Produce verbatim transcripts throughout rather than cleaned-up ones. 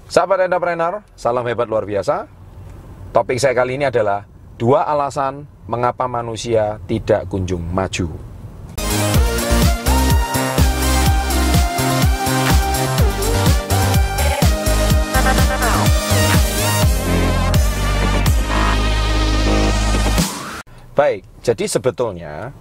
Sahabat entrepreneur, salam hebat luar biasa. Topik saya kali ini adalah dua alasan mengapa manusia tidak kunjung maju. Baik, jadi sebetulnya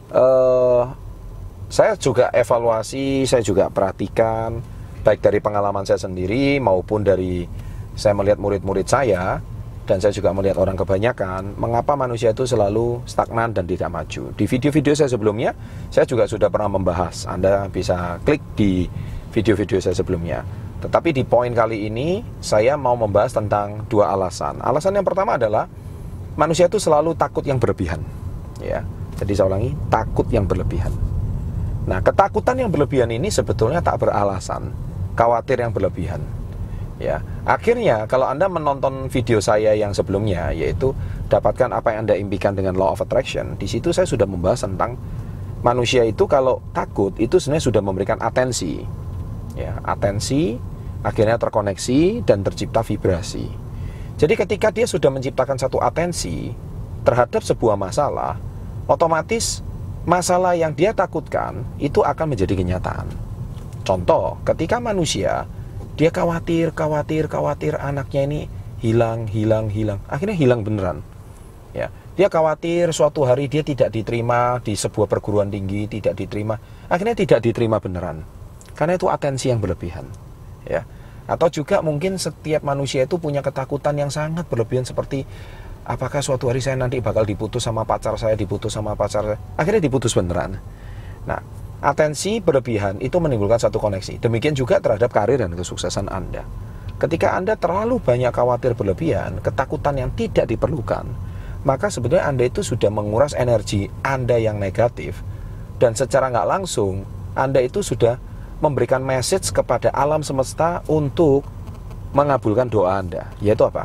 eh, saya juga evaluasi, saya juga perhatikan, baik dari pengalaman saya sendiri maupun dari saya melihat murid-murid saya, dan saya juga melihat orang kebanyakan, mengapa manusia itu selalu stagnan dan tidak maju. Di video-video saya sebelumnya, saya juga sudah pernah membahas. Anda bisa klik di video-video saya sebelumnya. Tetapi di poin kali ini, saya mau membahas tentang dua alasan. Alasan yang pertama adalah manusia itu selalu takut yang berlebihan, ya. Jadi saya ulangi, takut yang berlebihan. Nah, ketakutan yang berlebihan ini sebetulnya tak beralasan, khawatir yang berlebihan, ya. Akhirnya kalau Anda menonton video saya yang sebelumnya, yaitu dapatkan apa yang Anda impikan dengan Law of Attraction, di situ saya sudah membahas tentang manusia itu kalau takut itu sebenarnya sudah memberikan atensi, ya, atensi, akhirnya terkoneksi dan tercipta vibrasi. Jadi ketika dia sudah menciptakan satu atensi terhadap sebuah masalah, otomatis masalah yang dia takutkan itu akan menjadi kenyataan. Contoh, ketika manusia dia khawatir, khawatir, khawatir anaknya ini hilang, hilang, hilang, akhirnya hilang beneran. Ya, dia khawatir suatu hari dia tidak diterima di sebuah perguruan tinggi, tidak diterima, akhirnya tidak diterima beneran. Karena itu atensi yang berlebihan. Ya. Atau juga mungkin setiap manusia itu punya ketakutan yang sangat berlebihan, seperti apakah suatu hari saya nanti bakal diputus sama pacar saya, diputus sama pacar saya, akhirnya diputus beneran. Nah, atensi berlebihan itu menimbulkan satu koneksi. Demikian juga terhadap karir dan kesuksesan Anda. Ketika Anda terlalu banyak khawatir berlebihan, ketakutan yang tidak diperlukan, maka sebenarnya Anda itu sudah menguras energi Anda yang negatif, dan secara nggak langsung Anda itu sudah memberikan message kepada alam semesta untuk mengabulkan doa Anda, yaitu apa?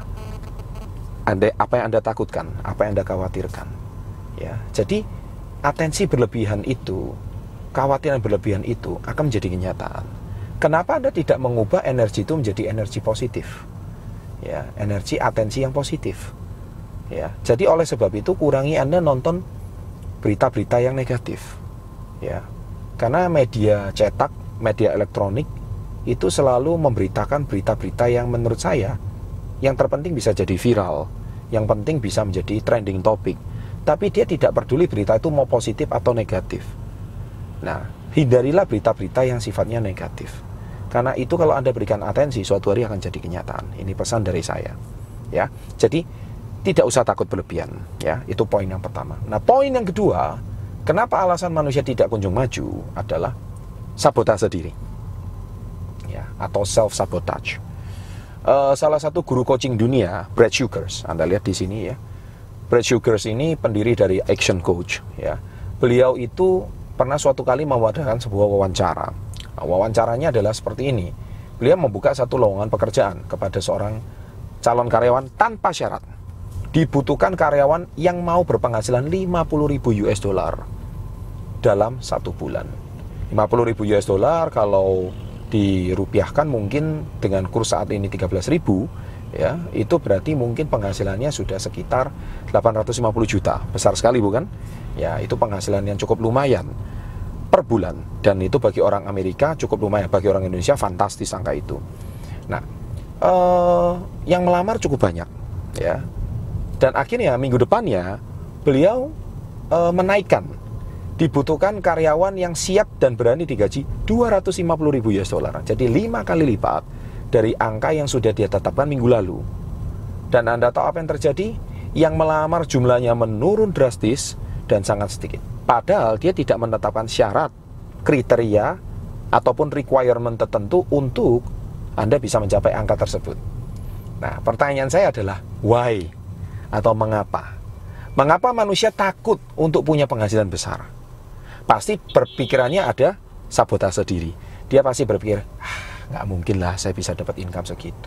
Anda, apa yang Anda takutkan, apa yang Anda khawatirkan, ya. Jadi atensi berlebihan itu, kekhawatiran berlebihan itu akan menjadi kenyataan. Kenapa Anda tidak mengubah energi itu menjadi energi positif, ya, energi atensi yang positif, ya. Jadi oleh sebab itu kurangi Anda nonton berita-berita yang negatif, ya, karena media cetak, media elektronik itu selalu memberitakan berita-berita yang menurut saya yang terpenting bisa jadi viral, yang penting bisa menjadi trending topic, tapi dia tidak peduli berita itu mau positif atau negatif. Nah, hindarilah berita-berita yang sifatnya negatif, karena itu kalau Anda berikan atensi, suatu hari akan jadi kenyataan. Ini pesan dari saya, ya. Jadi tidak usah takut berlebihan, ya. Itu poin yang pertama. Nah, poin yang kedua, kenapa alasan manusia tidak kunjung maju adalah sabotase diri, ya, atau self sabotage. Uh, salah satu guru coaching dunia, Brad Sugars, Anda lihat di sini, ya. Brad Sugars ini pendiri dari Action Coach, ya. Beliau itu pernah suatu kali mengadakan sebuah wawancara. Nah, wawancaranya adalah seperti ini. Beliau membuka satu lowongan pekerjaan kepada seorang calon karyawan tanpa syarat. Dibutuhkan karyawan yang mau berpenghasilan lima puluh ribu US dollar dalam satu bulan. lima puluh ribu US dollar kalau dirupiahkan mungkin dengan kurs saat ini tiga belas ribu, ya, itu berarti mungkin penghasilannya sudah sekitar delapan ratus lima puluh juta. Besar sekali bukan? Ya, itu penghasilan yang cukup lumayan per bulan, dan itu bagi orang Amerika cukup lumayan, bagi orang Indonesia fantastis angka itu. Nah, eh, yang melamar cukup banyak, ya. Dan akhirnya minggu depannya beliau eh, menaikkan, dibutuhkan karyawan yang siap dan berani digaji dua ratus lima puluh ribu US dollar. Jadi lima kali lipat dari angka yang sudah dia tetapkan minggu lalu. Dan Anda tahu apa yang terjadi? Yang melamar jumlahnya menurun drastis dan sangat sedikit. Padahal dia tidak menetapkan syarat, kriteria, ataupun requirement tertentu untuk Anda bisa mencapai angka tersebut. Nah, pertanyaan saya adalah why? Atau mengapa? Mengapa manusia takut untuk punya penghasilan besar? Pasti berpikirannya ada sabotase diri. Dia pasti berpikir, ah, nggak mungkin lah saya bisa dapat income segitu.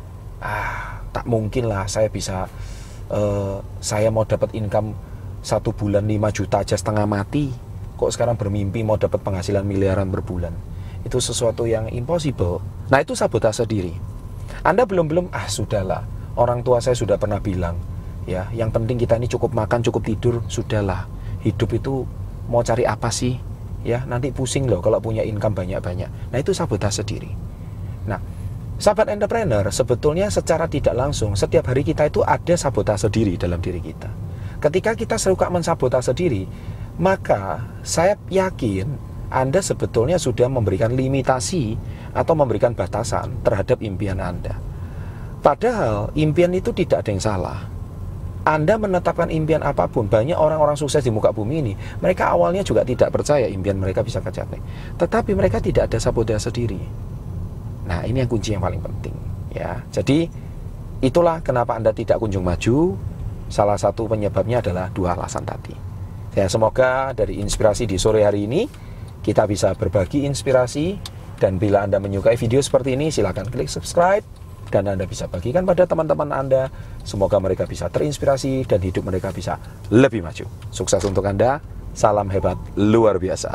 Ah, tak mungkin lah saya bisa, uh, saya mau dapat income satu bulan lima juta aja setengah mati. Kok sekarang bermimpi mau dapat penghasilan miliaran per bulan? Itu sesuatu yang impossible. Nah, itu sabotase diri. Anda belum-belum, ah sudahlah, orang tua saya sudah pernah bilang, ya, yang penting kita ini cukup makan, cukup tidur, sudahlah. Hidup itu mau cari apa sih? Ya, nanti pusing loh kalau punya income banyak-banyak. Nah, itu sabotase diri. Nah, sahabat entrepreneur, sebetulnya secara tidak langsung, setiap hari kita itu ada sabotase diri dalam diri kita. Ketika kita suka mensabotase diri, maka saya yakin Anda sebetulnya sudah memberikan limitasi atau memberikan batasan terhadap impian Anda. Padahal impian itu tidak ada yang salah. Anda menetapkan impian apapun, banyak orang-orang sukses di muka bumi ini, mereka awalnya juga tidak percaya impian mereka bisa tercapai. Tetapi mereka tidak ada sabotase diri. Nah, ini yang kunci yang paling penting, ya. Jadi itulah kenapa Anda tidak kunjung maju. Salah satu penyebabnya adalah dua alasan tadi. Ya, semoga dari inspirasi di sore hari ini kita bisa berbagi inspirasi, dan bila Anda menyukai video seperti ini, silakan klik subscribe dan Anda bisa bagikan pada teman-teman Anda. Semoga mereka bisa terinspirasi dan hidup mereka bisa lebih maju. Sukses untuk Anda. Salam hebat luar biasa.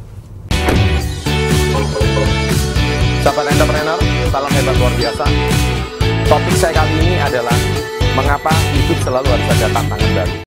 Sahabat entrepreneur, salam hebat luar biasa. Topik saya kali ini adalah mengapa hidup selalu harus ada tantangan baru.